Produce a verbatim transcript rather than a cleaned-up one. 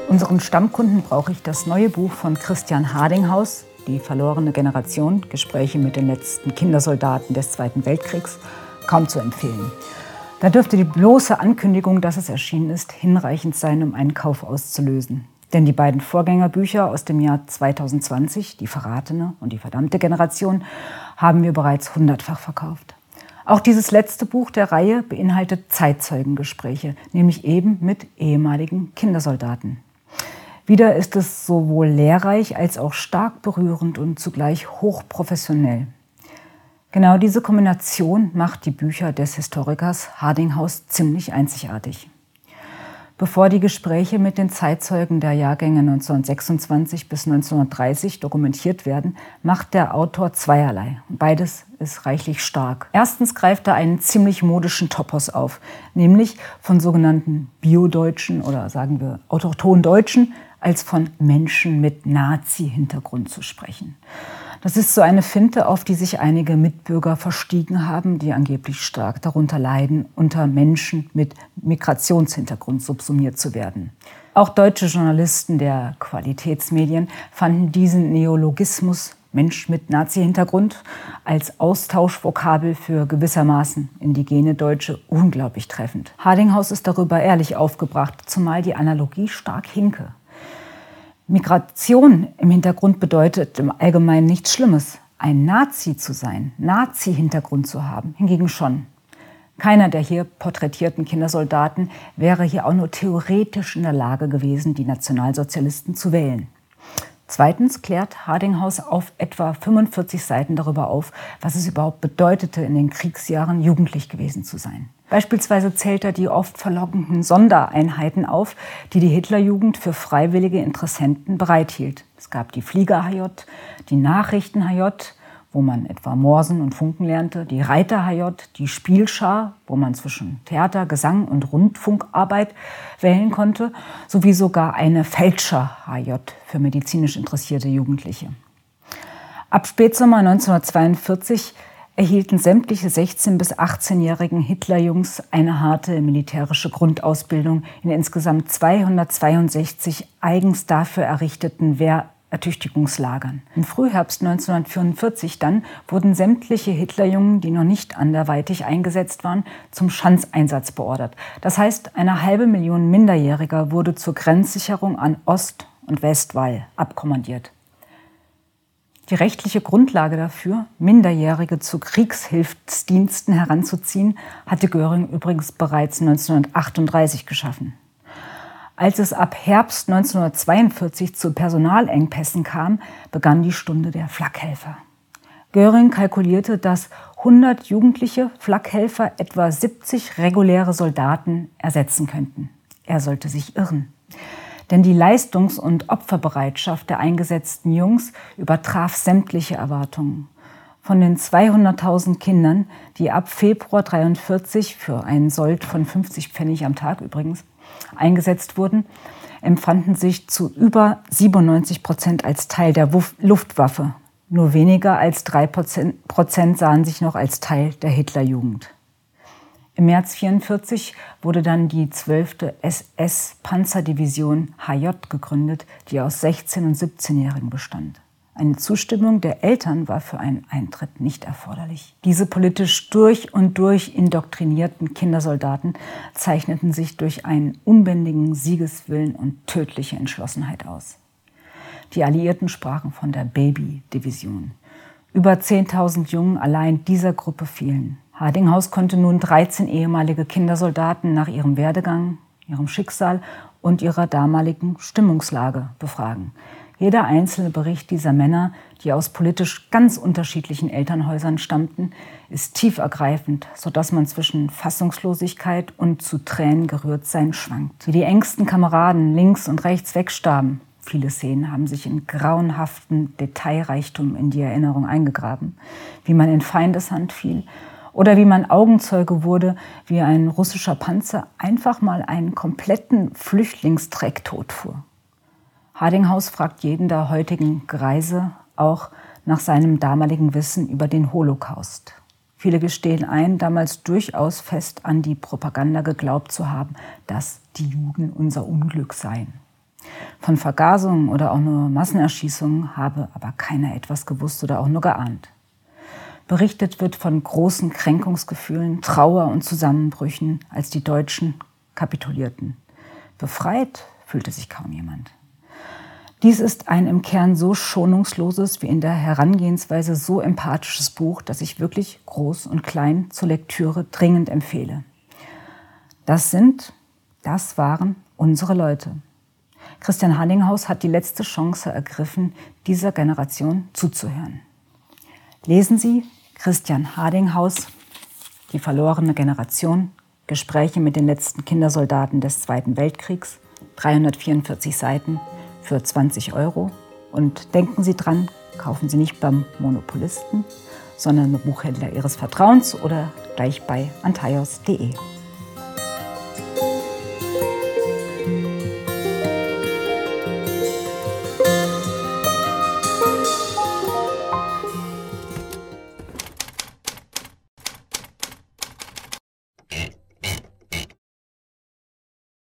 Unseren Stammkunden brauche ich das neue Buch von Christian Hardinghaus, Die verlorene Generation, Gespräche mit den letzten Kindersoldaten des Zweiten Weltkriegs, kaum zu empfehlen. Da dürfte die bloße Ankündigung, dass es erschienen ist, hinreichend sein, um einen Kauf auszulösen. Denn die beiden Vorgängerbücher aus dem Jahr zweitausendzwanzig, Die verratene und Die verdammte Generation, haben wir bereits hundertfach verkauft. Auch dieses letzte Buch der Reihe beinhaltet Zeitzeugengespräche, nämlich eben mit ehemaligen Kindersoldaten. Wieder ist es sowohl lehrreich als auch stark berührend und zugleich hochprofessionell. Genau diese Kombination macht die Bücher des Historikers Hardinghaus ziemlich einzigartig. Bevor die Gespräche mit den Zeitzeugen der Jahrgänge neunzehnhundertsechsundzwanzig bis neunzehnhundertdreißig dokumentiert werden, macht der Autor zweierlei. Beides ist reichlich stark. Erstens greift er einen ziemlich modischen Topos auf, nämlich von sogenannten Bio-Deutschen oder sagen wir autochthonen Deutschen als von Menschen mit Nazi-Hintergrund zu sprechen. Das ist so eine Finte, auf die sich einige Mitbürger verstiegen haben, die angeblich stark darunter leiden, unter Menschen mit Migrationshintergrund subsumiert zu werden. Auch deutsche Journalisten der Qualitätsmedien fanden diesen Neologismus Mensch mit Nazi-Hintergrund als Austauschvokabel für gewissermaßen indigene Deutsche unglaublich treffend. Hardinghaus ist darüber ehrlich aufgebracht, zumal die Analogie stark hinke. Migration im Hintergrund bedeutet im Allgemeinen nichts Schlimmes. Ein Nazi zu sein, Nazi-Hintergrund zu haben, hingegen schon. Keiner der hier porträtierten Kindersoldaten wäre hier auch nur theoretisch in der Lage gewesen, die Nationalsozialisten zu wählen. Zweitens klärt Hardinghaus auf etwa fünfundvierzig Seiten darüber auf, was es überhaupt bedeutete, in den Kriegsjahren jugendlich gewesen zu sein. Beispielsweise zählt er die oft verlockenden Sondereinheiten auf, die die Hitlerjugend für freiwillige Interessenten bereithielt. Es gab die Flieger-H J, die Nachrichten-H J, wo man etwa Morsen und Funken lernte, die Reiter-H J, die Spielschar, wo man zwischen Theater, Gesang und Rundfunkarbeit wählen konnte, sowie sogar eine Feldscher-H J für medizinisch interessierte Jugendliche. Ab Spätsommer neunzehnhundertzweiundvierzig erhielten sämtliche sechzehn- bis achtzehnjährigen Hitlerjungs eine harte militärische Grundausbildung in insgesamt zweihundertzweiundsechzig eigens dafür errichteten Wehrertüchtigungslagern. Im Frühherbst neunzehnhundertvierundvierzig dann wurden sämtliche Hitlerjungen, die noch nicht anderweitig eingesetzt waren, zum Schanzeinsatz beordert. Das heißt, eine halbe Million Minderjähriger wurde zur Grenzsicherung an Ost- und Westwall abkommandiert. Die rechtliche Grundlage dafür, Minderjährige zu Kriegshilfsdiensten heranzuziehen, hatte Göring übrigens bereits neunzehnhundertachtunddreißig geschaffen. Als es ab Herbst neunzehnhundertzweiundvierzig zu Personalengpässen kam, begann die Stunde der Flakhelfer. Göring kalkulierte, dass hundert jugendliche Flakhelfer etwa siebzig reguläre Soldaten ersetzen könnten. Er sollte sich irren. Denn die Leistungs- und Opferbereitschaft der eingesetzten Jungs übertraf sämtliche Erwartungen. Von den zweihunderttausend Kindern, die ab Februar neunzehnhundertdreiundvierzig für einen Sold von fünfzig Pfennig am Tag übrigens eingesetzt wurden, empfanden sich zu über siebenundneunzig Prozent als Teil der Luftwaffe. Nur weniger als drei Prozent sahen sich noch als Teil der Hitlerjugend. Im März neunzehnhundertvierundvierzig wurde dann die zwölfte S S-Panzerdivision H J gegründet, die aus sechzehn- und siebzehnjährigen bestand. Eine Zustimmung der Eltern war für einen Eintritt nicht erforderlich. Diese politisch durch und durch indoktrinierten Kindersoldaten zeichneten sich durch einen unbändigen Siegeswillen und tödliche Entschlossenheit aus. Die Alliierten sprachen von der Baby-Division. Über zehntausend Jungen allein dieser Gruppe fielen. Hardinghaus konnte nun dreizehn ehemalige Kindersoldaten nach ihrem Werdegang, ihrem Schicksal und ihrer damaligen Stimmungslage befragen. Jeder einzelne Bericht dieser Männer, die aus politisch ganz unterschiedlichen Elternhäusern stammten, ist tief ergreifend, sodass man zwischen Fassungslosigkeit und zu Tränen gerührt sein schwankt. Wie die engsten Kameraden links und rechts wegstarben. Viele Szenen haben sich in grauenhaften Detailreichtum in die Erinnerung eingegraben. Wie man in Feindeshand fiel, oder wie man Augenzeuge wurde, wie ein russischer Panzer einfach mal einen kompletten Flüchtlingstreck totfuhr. Hardinghaus fragt jeden der heutigen Greise auch nach seinem damaligen Wissen über den Holocaust. Viele gestehen ein, damals durchaus fest an die Propaganda geglaubt zu haben, dass die Juden unser Unglück seien. Von Vergasungen oder auch nur Massenerschießungen habe aber keiner etwas gewusst oder auch nur geahnt. Berichtet wird von großen Kränkungsgefühlen, Trauer und Zusammenbrüchen, als die Deutschen kapitulierten. Befreit fühlte sich kaum jemand. Dies ist ein im Kern so schonungsloses wie in der Herangehensweise so empathisches Buch, das ich wirklich groß und klein zur Lektüre dringend empfehle. Das sind, das waren unsere Leute. Christian Hardinghaus hat die letzte Chance ergriffen, dieser Generation zuzuhören. Lesen Sie Christian Hardinghaus, Die verlorene Generation, Gespräche mit den letzten Kindersoldaten des Zweiten Weltkriegs, dreihundertvierundvierzig Seiten für zwanzig Euro. Und denken Sie dran, kaufen Sie nicht beim Monopolisten, sondern beim Buchhändler Ihres Vertrauens oder gleich bei antaios punkt de.